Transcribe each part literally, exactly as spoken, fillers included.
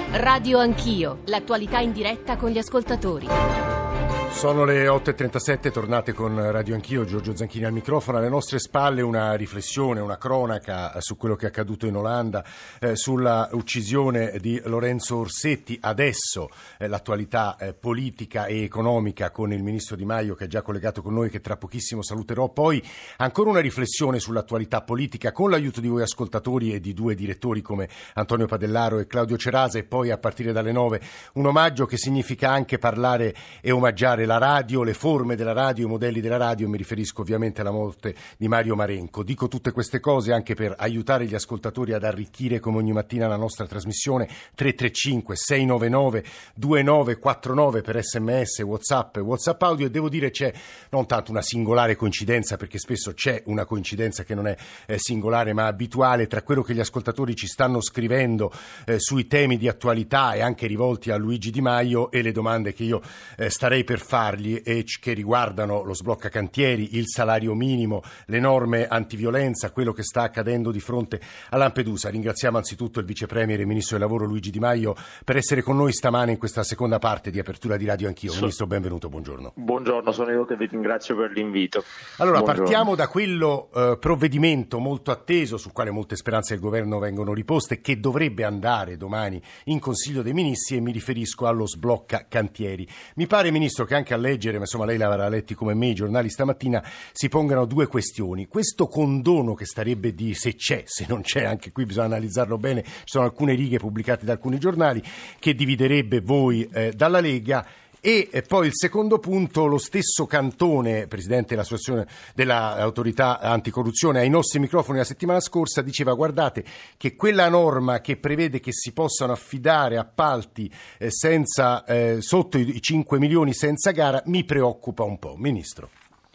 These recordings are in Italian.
Radio Anch'io, l'attualità in diretta con gli ascoltatori. Sono le otto e trentasette, tornate con Radio Anch'io, Giorgio Zanchini al microfono. Alle nostre spalle una riflessione, una cronaca su quello che è accaduto in Olanda, eh, sulla uccisione di Lorenzo Orsetti. Adesso eh, l'attualità eh, politica e economica con il ministro Di Maio, che è già collegato con noi, che tra pochissimo saluterò. Poi ancora una riflessione sull'attualità politica con l'aiuto di voi ascoltatori e di due direttori come Antonio Padellaro e Claudio Cerasa, e poi a partire dalle nove un omaggio che significa anche parlare e omaggiare la radio, le forme della radio, i modelli della radio. Mi riferisco ovviamente alla morte di Mario Marenco. Dico tutte queste cose anche per aiutare gli ascoltatori ad arricchire come ogni mattina la nostra trasmissione. Tre tre cinque sei nove nove due nove quattro nove per sms, whatsapp e whatsapp audio. E devo dire c'è non tanto una singolare coincidenza, perché spesso c'è una coincidenza che non è eh, singolare ma abituale, tra quello che gli ascoltatori ci stanno scrivendo eh, sui temi di attualità e anche rivolti a Luigi Di Maio, e le domande che io eh, starei per fargli e che riguardano lo sblocca cantieri, il salario minimo, le norme antiviolenza, quello che sta accadendo di fronte a Lampedusa. Ringraziamo anzitutto il vice premier e ministro del lavoro Luigi Di Maio per essere con noi stamane in questa seconda parte di apertura di Radio Anch'io. So, Ministro, benvenuto, buongiorno. Buongiorno, sono io che vi ringrazio per l'invito. Allora, buongiorno. Partiamo da quello eh, provvedimento molto atteso, sul quale molte speranze del governo vengono riposte, che dovrebbe andare domani in Consiglio dei Ministri, e mi riferisco allo sblocca cantieri. Mi pare, Ministro, che anche a leggere, ma insomma lei l'avrà letti come me i giornali stamattina, si pongano due questioni. Questo condono che starebbe di, se c'è, se non c'è, anche qui bisogna analizzarlo bene, ci sono alcune righe pubblicate da alcuni giornali, che dividerebbe voi eh, dalla Lega. E poi il secondo punto, lo stesso Cantone, presidente dell'associazione dell'autorità anticorruzione, ai nostri microfoni la settimana scorsa diceva: guardate che quella norma che prevede che si possano affidare appalti eh, senza eh, sotto i cinque milioni senza gara mi preoccupa un po'. Ministro.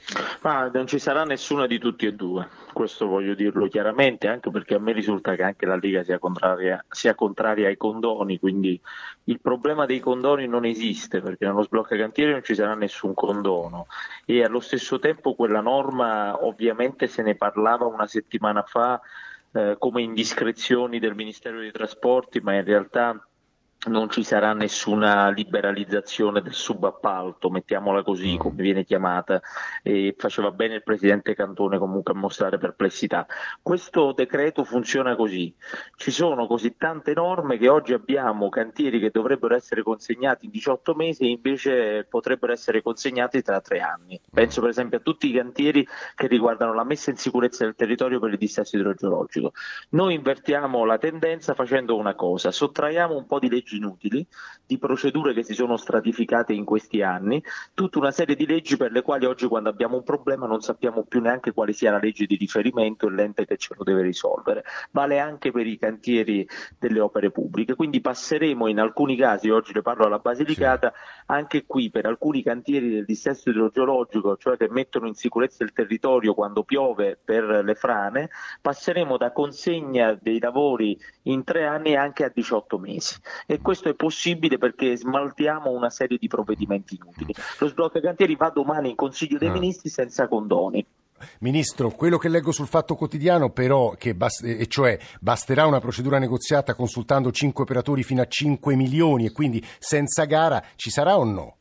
Ma non ci sarà nessuna di tutti e due, questo voglio dirlo chiaramente, anche perché a me risulta che anche la Lega sia contraria, sia contraria ai condoni, quindi il problema dei condoni non esiste, perché nello sblocca cantieri non ci sarà nessun condono, e allo stesso tempo quella norma ovviamente se ne parlava una settimana fa eh, come indiscrezioni del Ministero dei Trasporti, ma in realtà non ci sarà nessuna liberalizzazione del subappalto, mettiamola così, come viene chiamata, e faceva bene il presidente Cantone comunque a mostrare perplessità. Questo decreto funziona così: ci sono così tante norme che oggi abbiamo cantieri che dovrebbero essere consegnati in diciotto mesi e invece potrebbero essere consegnati tra tre anni. Penso per esempio a tutti i cantieri che riguardano la messa in sicurezza del territorio per il dissesto idrogeologico. Noi invertiamo la tendenza facendo una cosa: sottraiamo un po' di leggi inutili, di procedure che si sono stratificate in questi anni, tutta una serie di leggi per le quali oggi, quando abbiamo un problema, non sappiamo più neanche quale sia la legge di riferimento e l'ente che ce lo deve risolvere. Vale anche per i cantieri delle opere pubbliche, quindi passeremo in alcuni casi, oggi le parlo alla Basilicata, sì. Anche qui per alcuni cantieri del dissesto idrogeologico, cioè che mettono in sicurezza il territorio quando piove per le frane, passeremo da consegna dei lavori in tre anni anche a diciotto mesi. E questo è possibile perché smaltiamo una serie di provvedimenti inutili. Lo sblocca cantieri va domani in Consiglio dei Ministri senza condoni. Ministro, quello che leggo sul Fatto Quotidiano però, che bast- e cioè basterà una procedura negoziata consultando cinque operatori fino a cinque milioni e quindi senza gara, ci sarà o no?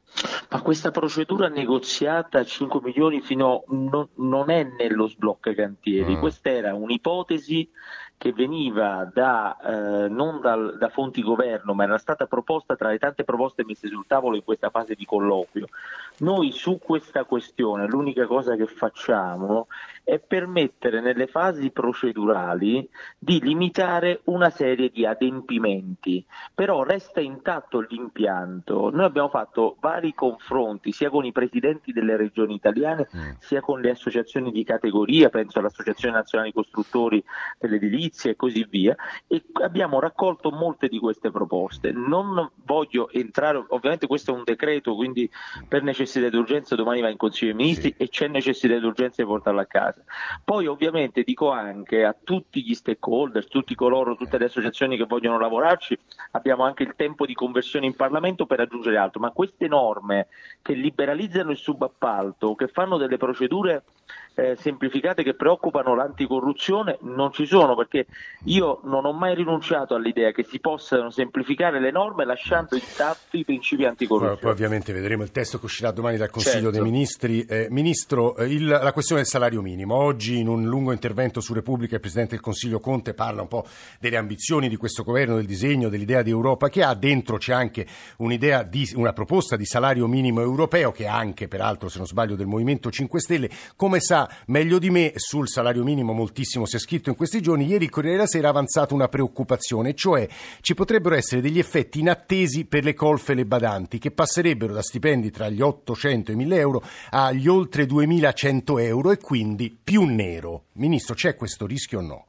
Ma questa procedura negoziata cinque milioni fino no, non è nello sblocca cantieri, mm. Questa era un'ipotesi che veniva da, eh, non dal, da fonti governo, ma era stata proposta tra le tante proposte messe sul tavolo in questa fase di colloquio. Noi su questa questione l'unica cosa che facciamo è permettere nelle fasi procedurali di limitare una serie di adempimenti, però resta intatto l'impianto. Noi abbiamo fatto vari confronti sia con i presidenti delle regioni italiane mm. sia con le associazioni di categoria, penso all'Associazione Nazionale Costruttori dell'Edilizia e così via, e abbiamo raccolto molte di queste proposte. Non voglio entrare, ovviamente questo è un decreto, quindi per necessità ed urgenza domani va in Consiglio dei Ministri sì. E c'è necessità ed urgenza di portarlo a casa. Poi ovviamente dico anche a tutti gli stakeholder, tutti coloro, tutte le associazioni che vogliono lavorarci, abbiamo anche il tempo di conversione in Parlamento per aggiungere altro, ma queste norme che liberalizzano il subappalto, che fanno delle procedure eh, semplificate che preoccupano l'anticorruzione non ci sono, perché io non ho mai rinunciato all'idea che si possano semplificare le norme lasciando intatti i principi anticorruzione. Poi, poi ovviamente vedremo il testo che uscirà domani dal Consiglio certo. dei Ministri. Eh, Ministro, eh, il, la questione del salario minimo. Oggi in un lungo intervento su Repubblica il Presidente del Consiglio Conte parla un po' delle ambizioni di questo governo, del disegno, dell'idea di Europa che ha. Dentro c'è anche un'idea di una proposta di salario minimo europeo che ha anche, peraltro, se non sbaglio, del Movimento cinque Stelle. Come sa meglio di me, sul salario minimo moltissimo si è scritto in questi giorni. Ieri il Corriere della Sera ha avanzato una preoccupazione, cioè ci potrebbero essere degli effetti inattesi per le colfe e le badanti che passerebbero da stipendi tra gli ottocento e i mille euro agli oltre duemilacento euro e quindi più nero. Ministro, c'è questo rischio o no?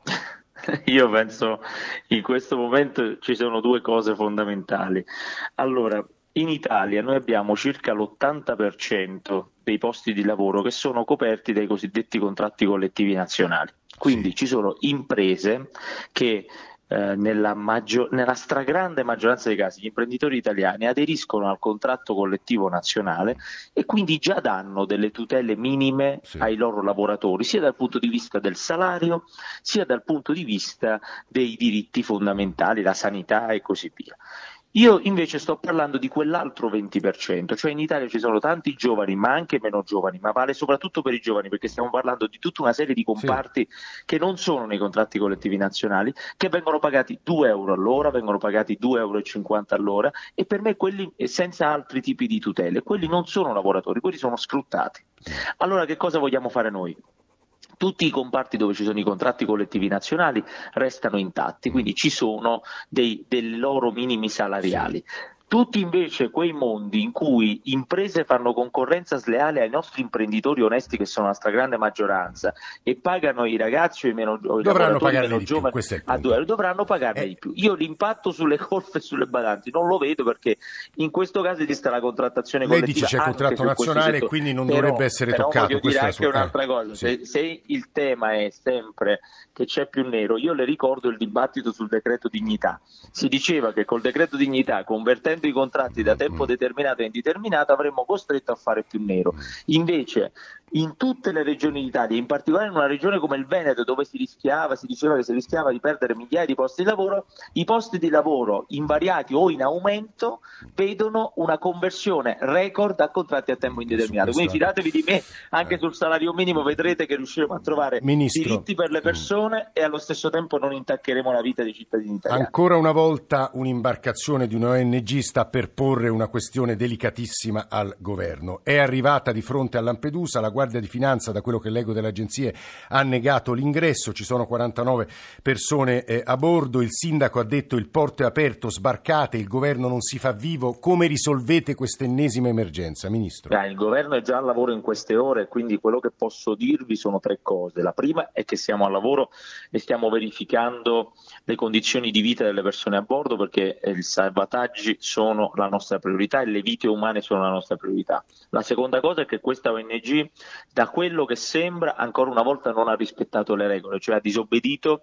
Io penso in questo momento ci sono due cose fondamentali. Allora, in Italia noi abbiamo circa l'ottanta per cento dei posti di lavoro che sono coperti dai cosiddetti contratti collettivi nazionali. Quindi sì. Ci sono imprese che eh, nella, maggio- nella stragrande maggioranza dei casi gli imprenditori italiani aderiscono al contratto collettivo nazionale e quindi già danno delle tutele minime sì. ai loro lavoratori, sia dal punto di vista del salario, sia dal punto di vista dei diritti fondamentali, la sanità e così via. Io invece sto parlando di quell'altro venti per cento, cioè in Italia ci sono tanti giovani, ma anche meno giovani, ma vale soprattutto per i giovani perché stiamo parlando di tutta una serie di comparti sì. che non sono nei contratti collettivi nazionali, che vengono pagati due euro all'ora, vengono pagati due euro e cinquanta all'ora e per me quelli senza altri tipi di tutele, quelli non sono lavoratori, quelli sono sfruttati. Allora che cosa vogliamo fare noi? Tutti i comparti dove ci sono i contratti collettivi nazionali restano intatti, quindi ci sono dei, dei loro minimi salariali. Sì. Tutti invece quei mondi in cui imprese fanno concorrenza sleale ai nostri imprenditori onesti, che sono la stragrande maggioranza, e pagano i ragazzi o i meno, o i dovranno pagare meno di giovani più, a due euro, dovranno pagarne eh. di più. Io l'impatto sulle colfe e sulle badanti non lo vedo perché in questo caso esiste la contrattazione Lei collettiva. Lei dice c'è il contratto nazionale e quindi non però, dovrebbe essere però toccato. Voglio Questa dire anche sua... un'altra cosa, ah, se, sì. se il tema è sempre che c'è più nero, io le ricordo il dibattito sul decreto dignità. Si diceva che col decreto dignità, convertendo i contratti da tempo determinato e indeterminato, avremmo costretto a fare più nero. Invece in tutte le regioni d'Italia, in particolare in una regione come il Veneto, dove si rischiava, si diceva che si rischiava di perdere migliaia di posti di lavoro, i posti di lavoro invariati o in aumento vedono una conversione record a contratti a tempo indeterminato. Quindi fidatevi di me, anche sul salario minimo vedrete che riusciremo a trovare Ministro, diritti per le persone e allo stesso tempo non intaccheremo la vita dei cittadini italiani. Ancora una volta un'imbarcazione di una O N G sta per porre una questione delicatissima al governo. È arrivata di fronte a Lampedusa, la Guardia di Finanza, da quello che leggo delle agenzie, ha negato l'ingresso, ci sono quarantanove persone eh, a bordo, il sindaco ha detto il porto è aperto, sbarcate, il governo non si fa vivo. Come risolvete questa ennesima emergenza, Ministro? Eh, il governo è già al lavoro in queste ore, quindi quello che posso dirvi sono tre cose. La prima è che siamo al lavoro e stiamo verificando le condizioni di vita delle persone a bordo, perché i salvataggi sono la nostra priorità e le vite umane sono la nostra priorità. La seconda cosa è che questa O N G, da quello che sembra, ancora una volta non ha rispettato le regole, cioè ha disobbedito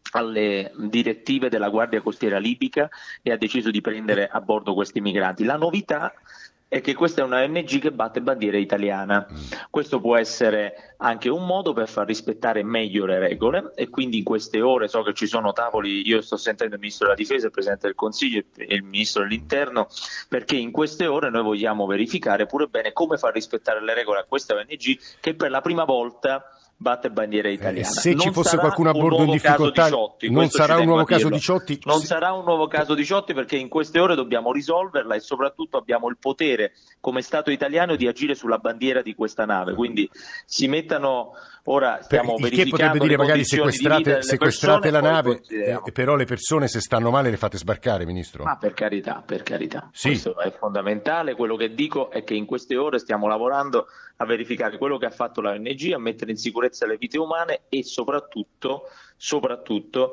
alle direttive della Guardia Costiera libica e ha deciso di prendere a bordo questi migranti. La novità è che questa è una O N G che batte bandiera italiana. Questo può essere anche un modo per far rispettare meglio le regole e quindi in queste ore so che ci sono tavoli, io sto sentendo il Ministro della Difesa, il Presidente del Consiglio e il Ministro dell'Interno, perché in queste ore noi vogliamo verificare pure bene come far rispettare le regole a questa O N G che per la prima volta batte bandiera italiana. Eh, se non ci fosse qualcuno a bordo in difficoltà, Diciotti, non sarà un nuovo caso Diciotti? Non sarà un nuovo caso Diciotti perché in queste ore dobbiamo risolverla e soprattutto abbiamo il potere come Stato italiano di agire sulla bandiera di questa nave. Quindi si mettano, ora stiamo per, verificando. Il che potrebbe dire magari sequestrate, sequestrate la nave, eh, però le persone se stanno male le fate sbarcare, Ministro? Ma per carità, per carità. Sì. Questo è fondamentale. Quello che dico è che in queste ore stiamo lavorando a verificare quello che ha fatto la O N G, a mettere in sicurezza le vite umane e soprattutto, soprattutto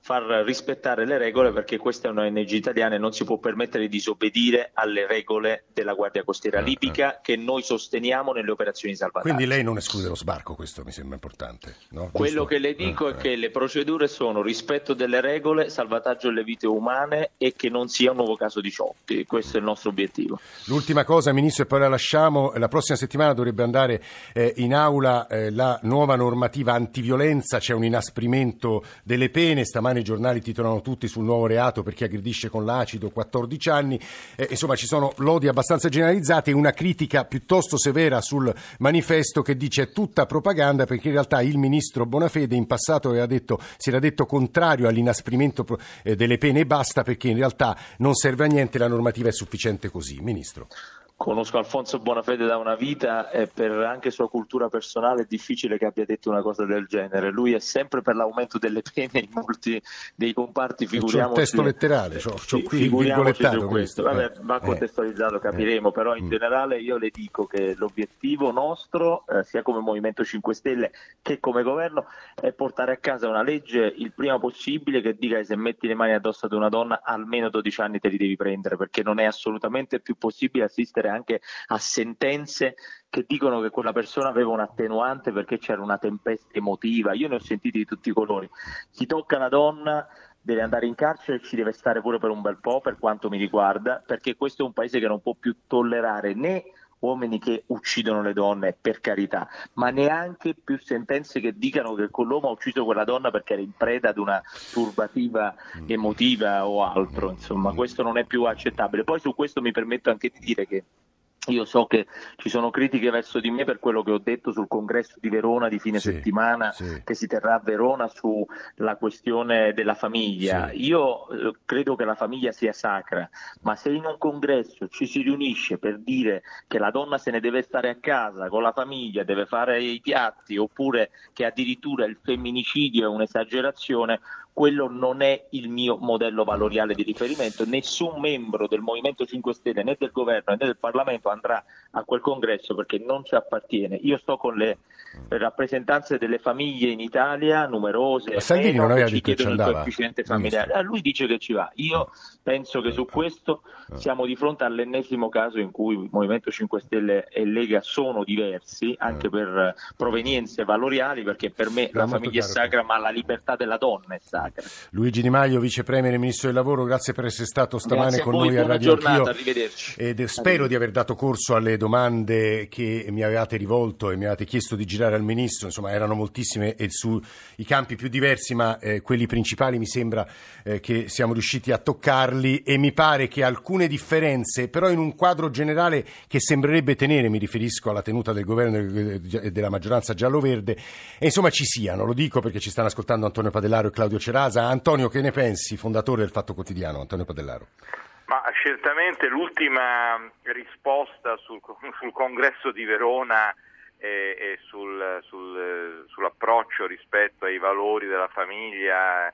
far rispettare le regole, perché questa è una O N G italiana e non si può permettere di disobbedire alle regole della Guardia Costiera Ah, libica ah. che noi sosteniamo nelle operazioni di salvataggio. Quindi lei non esclude lo sbarco, questo mi sembra importante, no? Quello Giusto? che le dico Ah, è ah. che le procedure sono rispetto delle regole, salvataggio delle vite umane e che non sia un nuovo caso di Ciotti. Questo è il nostro obiettivo. L'ultima cosa, Ministro, e poi la lasciamo. La prossima settimana dovrebbe andare eh, in aula eh, la nuova normativa antiviolenza, c'è un inasprimento delle pene, stamane i giornali titolano tutti sul nuovo reato per chi aggredisce con l'acido, quattordici anni, eh, insomma ci sono lodi abbastanza generalizzate e una critica piuttosto severa sul manifesto che dice è tutta propaganda, perché in realtà il Ministro Bonafede in passato aveva detto, si era detto contrario all'inasprimento eh, delle pene e basta, perché in realtà non serve a niente, la normativa è sufficiente così. Ministro. Conosco Alfonso Bonafede da una vita e per anche sua cultura personale è difficile che abbia detto una cosa del genere. Lui è sempre per l'aumento delle pene in molti dei comparti, figuriamoci. C'ho il testo letterale, c'ho, c'ho qui il figuriamoci virgolettato. su questo. Vabbè, va contestualizzato, capiremo, però in generale io le dico che l'obiettivo nostro, eh, sia come Movimento cinque Stelle che come governo, è portare a casa una legge il prima possibile che dica che se metti le mani addosso ad una donna almeno dodici anni te li devi prendere, perché non è assolutamente più possibile assistere anche a sentenze che dicono che quella persona aveva un attenuante perché c'era una tempesta emotiva. Io ne ho sentiti di tutti i colori. Chi tocca una donna deve andare in carcere e ci deve stare pure per un bel po', per quanto mi riguarda, perché questo è un paese che non può più tollerare né uomini che uccidono le donne, per carità, ma neanche più sentenze che dicano che quell'uomo ha ucciso quella donna perché era in preda ad una turbativa emotiva o altro. Insomma, questo non è più accettabile. Poi su questo mi permetto anche di dire che io so che ci sono critiche verso di me per quello che ho detto sul congresso di Verona di fine Sì, settimana sì. che si terrà a Verona sulla questione della famiglia. Sì. Io eh, credo che la famiglia sia sacra, ma se in un congresso ci si riunisce per dire che la donna se ne deve stare a casa con la famiglia, deve fare i piatti, oppure che addirittura il femminicidio è un'esagerazione, quello non è il mio modello valoriale di riferimento. Nessun membro del Movimento cinque Stelle, né del governo né del Parlamento andrà a quel congresso perché non ci appartiene. Io sto con le rappresentanze delle famiglie in Italia, numerose, Ma Salvini meno, non aveva che ci detto che ci chiedono il andava? coefficiente familiare. Ah, lui dice che ci va. Io penso che su questo siamo di fronte all'ennesimo caso in cui Movimento cinque Stelle e Lega sono diversi, anche per provenienze valoriali, perché per me No, la molto famiglia è chiaro. sacra, ma la libertà della donna è sacra. Luigi Di Maio, Vice Premier e Ministro del Lavoro, grazie per essere stato stamane Grazie a con voi, noi a buona Radio giornata, Anch'io. arrivederci. Ed spero di aver dato corso alle domande che mi avevate rivolto e mi avevate chiesto di girare al Ministro. Insomma, erano moltissime e sui campi più diversi, ma eh, quelli principali mi sembra eh, che siamo riusciti a toccarli, e mi pare che alcune differenze, però in un quadro generale che sembrerebbe tenere, mi riferisco alla tenuta del governo e della maggioranza giallo-verde, e insomma ci siano. Lo dico perché ci stanno ascoltando Antonio Padellaro e Claudio Cerasa. Antonio, che ne pensi? Fondatore del Fatto Quotidiano, Antonio Padellaro. Ma certamente l'ultima risposta sul, sul congresso di Verona e, e sul, sul, sull'approccio rispetto ai valori della famiglia,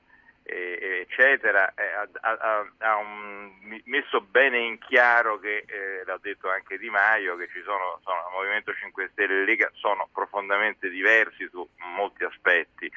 e, eccetera, ha, ha, ha un, messo bene in chiaro che, eh, l'ha detto anche Di Maio, che ci sono, sono Movimento cinque Stelle e Lega sono profondamente diversi su molti aspetti.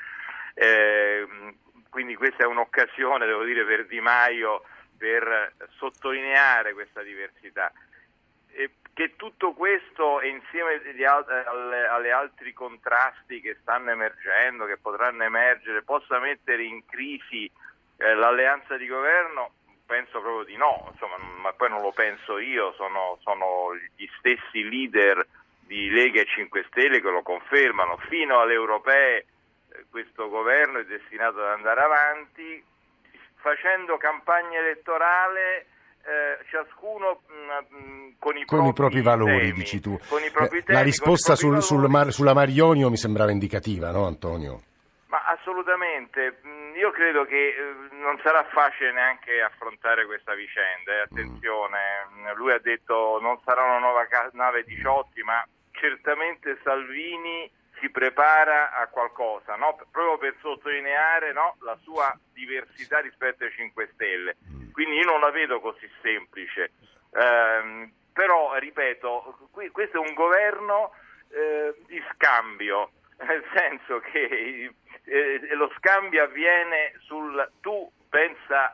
Eh, quindi questa è un'occasione, devo dire, per Di Maio per sottolineare questa diversità. E che tutto questo e insieme agli, alle, alle altri contrasti che stanno emergendo, che potranno emergere, possa mettere in crisi eh, l'alleanza di governo, penso proprio di no, insomma, ma poi non lo penso io, sono, sono gli stessi leader di Lega e cinque Stelle che lo confermano. Fino alle europee eh, questo governo è destinato ad andare avanti, facendo campagna elettorale eh, ciascuno mh, mh, con, i, con propri i propri valori, temi, dici tu. Con i propri eh, temi, la risposta sul, sul Mar, valori. sulla Marionio mi sembrava indicativa, no Antonio? Ma assolutamente, io credo che eh, non sarà facile neanche affrontare questa vicenda, eh. Attenzione, mm. lui ha detto non sarà una nuova ca- nave diciotto, ma certamente Salvini si prepara a qualcosa, no? Proprio per sottolineare, no, la sua diversità rispetto ai cinque Stelle. Quindi io non la vedo così semplice, eh, però ripeto, qui, questo è un governo eh, di scambio, nel senso che eh, lo scambio avviene sul tu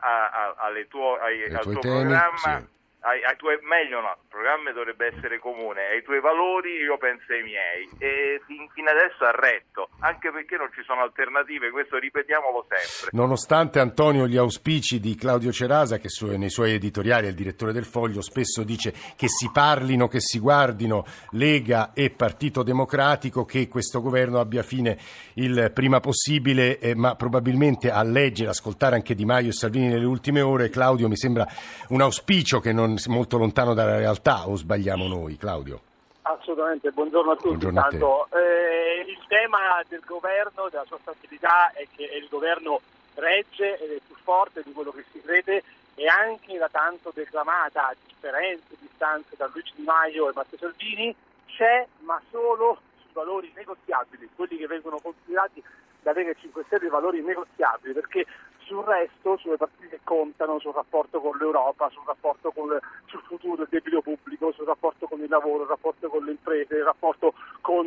a, a, alle tuo, ai, al tuo temi, programma, sì. ai, ai tuoi, meglio no, il programma dovrebbe essere comune, ai tuoi valori io penso ai miei, e fin, fino adesso ha retto, anche perché non ci sono alternative, questo ripetiamolo sempre. Nonostante, Antonio, gli auspici di Claudio Cerasa, che su, nei suoi editoriali è il direttore del Foglio, spesso dice che si parlino, che si guardino Lega e Partito Democratico, che questo governo abbia fine il prima possibile, eh, ma probabilmente a leggere, ascoltare anche Di Maio e Salvini nelle ultime ore, Claudio, mi sembra un auspicio che non molto lontano dalla realtà, o sbagliamo noi, Claudio? Assolutamente, buongiorno a tutti. Buongiorno a te. Tanto, eh, il tema del governo, della sua stabilità, è che il governo regge ed è più forte di quello che si crede, e anche la tanto declamata differenza e distanza tra Luigi Di Maio e Matteo Salvini c'è, ma solo sui valori negoziabili, quelli che vengono considerati da Lega e cinque Stelle valori negoziabili, perché sul resto, sulle partite che contano, sul rapporto con l'Europa, sul rapporto con le, sul futuro del debito pubblico, sul rapporto con il lavoro, il rapporto con le imprese, il rapporto con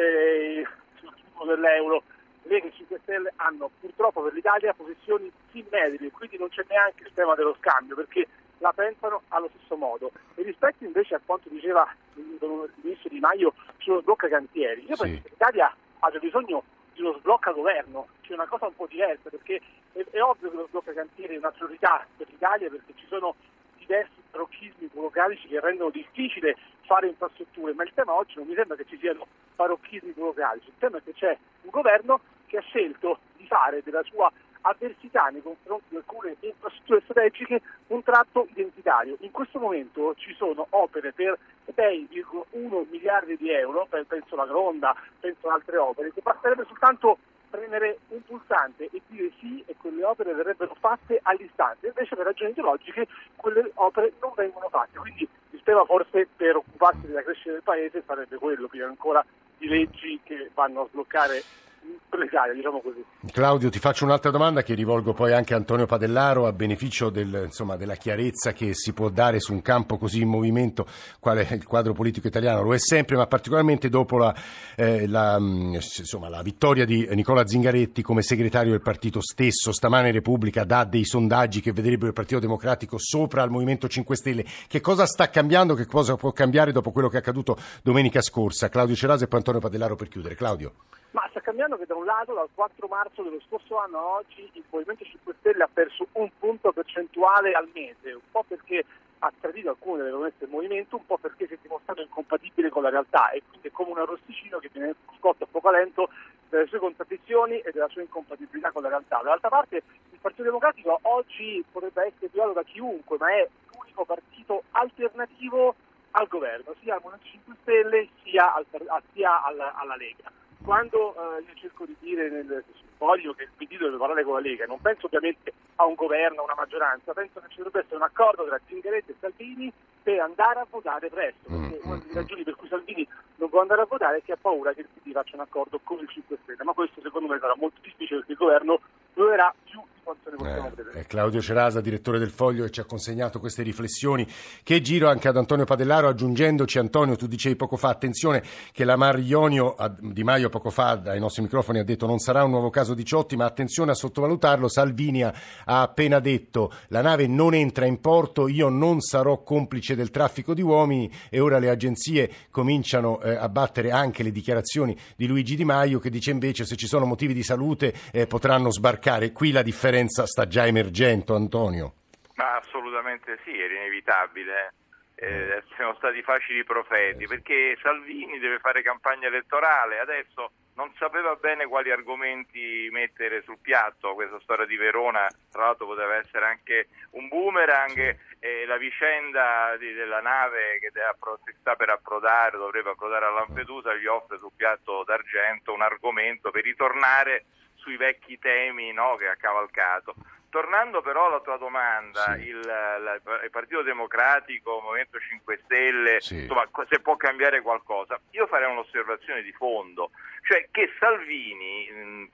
eh, sul futuro dell'euro, Lega e cinque Stelle hanno purtroppo per l'Italia posizioni simili, quindi non c'è neanche il tema dello scambio, perché la pensano allo stesso modo. E rispetto invece a quanto diceva il ministro Di Maio sullo sblocca cantieri, io sì. penso che l'Italia abbia bisogno di uno sblocca governo, che è una cosa un po' diversa, perché è, è ovvio che lo sblocca cantieri è una priorità per l'Italia, perché ci sono diversi parocchismi burocratici che rendono difficile fare infrastrutture, ma il tema oggi non mi sembra che ci siano parocchismi burocratici, il tema è che c'è un governo che ha scelto di fare della sua avversità nei confronti di alcune infrastrutture strategiche un tratto identitario. In questo momento ci sono opere per sei virgola uno miliardi di euro, penso alla Gronda, penso ad altre opere, che basterebbe soltanto premere un pulsante e dire sì, e quelle opere verrebbero fatte all'istante. Invece per ragioni ideologiche quelle opere non vengono fatte, quindi il tema forse per occuparsi della crescita del paese sarebbe quello, prima ancora di leggi che vanno a sbloccare l'Italia, diciamo così. Claudio, ti faccio un'altra domanda che rivolgo poi anche a Antonio Padellaro, a beneficio del, insomma, della chiarezza che si può dare su un campo così in movimento quale il quadro politico italiano. Lo è sempre, ma particolarmente dopo la, eh, la, insomma, la vittoria di Nicola Zingaretti come segretario del partito stesso. Stamane Repubblica dà dei sondaggi che vedrebbero il Partito Democratico sopra il Movimento cinque Stelle. Che cosa sta cambiando? Che cosa può cambiare dopo quello che è accaduto domenica scorsa? Claudio Cerasa e poi Antonio Padellaro per chiudere. Claudio. Ma sta cambiando che da un lato, dal quattro marzo dello scorso anno a oggi, il Movimento cinque Stelle ha perso un punto percentuale al mese, un po' perché ha tradito alcune delle promesse del movimento, un po' perché si è dimostrato incompatibile con la realtà, e quindi è come un arrosticino che viene scotto a fuoco lento delle sue contraddizioni e della sua incompatibilità con la realtà. Dall'altra parte il Partito Democratico oggi potrebbe essere violato da chiunque, ma è l'unico partito alternativo al governo, sia al Movimento cinque Stelle sia, al, sia alla, alla Lega. Quando eh, io cerco di dire nel Foglio che il P D deve parlare con la Lega, non penso ovviamente a un governo, a una maggioranza, penso che ci dovrebbe essere un accordo tra Zingaretti e Salvini per andare a votare presto, perché una delle ragioni per cui Salvini non può andare a votare è che ha paura che il P D faccia un accordo con il cinque Stelle, ma questo secondo me sarà molto difficile perché il governo troverà più di quanto ne possiamo credere. Eh, Claudio Cerasa, direttore del Foglio, che ci ha consegnato queste riflessioni, che giro anche ad Antonio Padellaro, aggiungendoci, Antonio, tu dicevi poco fa, attenzione che la Mar Ionio, Di Maio poco fa ai nostri microfoni ha detto non sarà un nuovo caso Diciotti, ma attenzione a sottovalutarlo. Salvini ha appena detto la nave non entra in porto, io non sarò complice del traffico di uomini, e ora le agenzie cominciano eh, a battere anche le dichiarazioni di Luigi Di Maio, che dice invece se ci sono motivi di salute eh, potranno sbarcare. Qui la differenza sta già emergendo, Antonio. Ma assolutamente sì, era inevitabile. Eh, siamo stati facili profeti, perché Salvini deve fare campagna elettorale, adesso non sapeva bene quali argomenti mettere sul piatto. Questa storia di Verona tra l'altro poteva essere anche un boomerang, e la vicenda di, della nave che sta per approdare, dovrebbe approdare a Lampedusa, gli offre sul piatto d'argento un argomento per ritornare sui vecchi temi, no, che ha cavalcato. Tornando però alla tua domanda, sì. il, la, il Partito Democratico, Movimento cinque Stelle, sì. insomma, se può cambiare qualcosa, io farei un'osservazione di fondo, cioè che Salvini,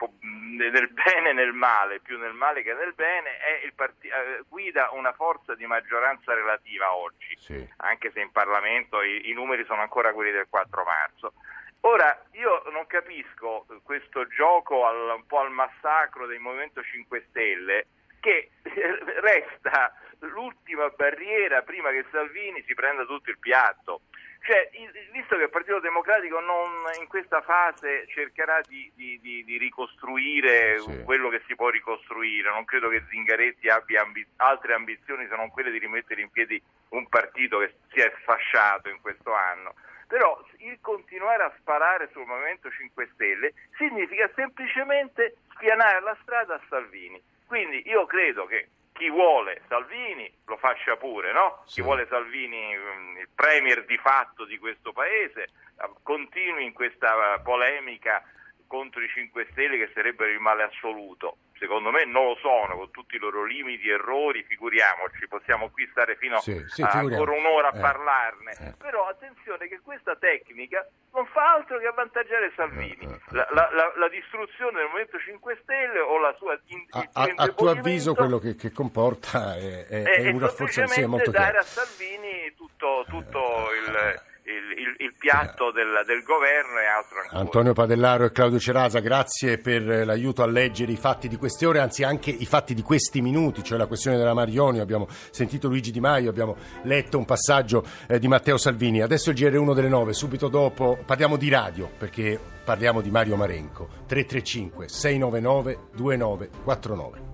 nel bene e nel male, più nel male che nel bene, è il part- guida una forza di maggioranza relativa oggi, sì. anche se in Parlamento i, i numeri sono ancora quelli del quattro marzo. Ora, io non capisco questo gioco al, un po' al massacro del Movimento cinque Stelle, che resta l'ultima barriera prima che Salvini si prenda tutto il piatto. Cioè, visto che il Partito Democratico non in questa fase cercherà di, di, di, di ricostruire sì. quello che si può ricostruire, non credo che Zingaretti abbia ambi- altre ambizioni se non quelle di rimettere in piedi un partito che si è sfasciato in questo anno. Però il continuare a sparare sul Movimento cinque Stelle significa semplicemente spianare la strada a Salvini. Quindi io credo che chi vuole Salvini lo faccia pure, no? Sì. Chi vuole Salvini, il premier di fatto di questo paese, continui in questa polemica contro i cinque Stelle che sarebbero il male assoluto. Secondo me non lo sono, con tutti i loro limiti e errori, figuriamoci, possiamo qui stare fino sì, sì, a ancora un'ora a eh, parlarne, eh. però attenzione che questa tecnica non fa altro che avvantaggiare Salvini. La, la, la, la distruzione del Movimento cinque Stelle o la sua in, a, a, a tuo avviso quello che, che comporta è, è, è, è un rafforzamento, sì, è molto dare chiaro. a Salvini tutto, tutto il... Il, il, il piatto del, del governo e altro ancora. Antonio Padellaro e Claudio Cerasa, grazie per l'aiuto a leggere i fatti di queste ore, anzi anche i fatti di questi minuti, cioè la questione della Marionio. Abbiamo sentito Luigi Di Maio, abbiamo letto un passaggio eh, di Matteo Salvini. Adesso il G R uno delle nove, subito dopo parliamo di radio, perché parliamo di Mario Marenco. Tre tre cinque sei nove nove due nove quattro nove.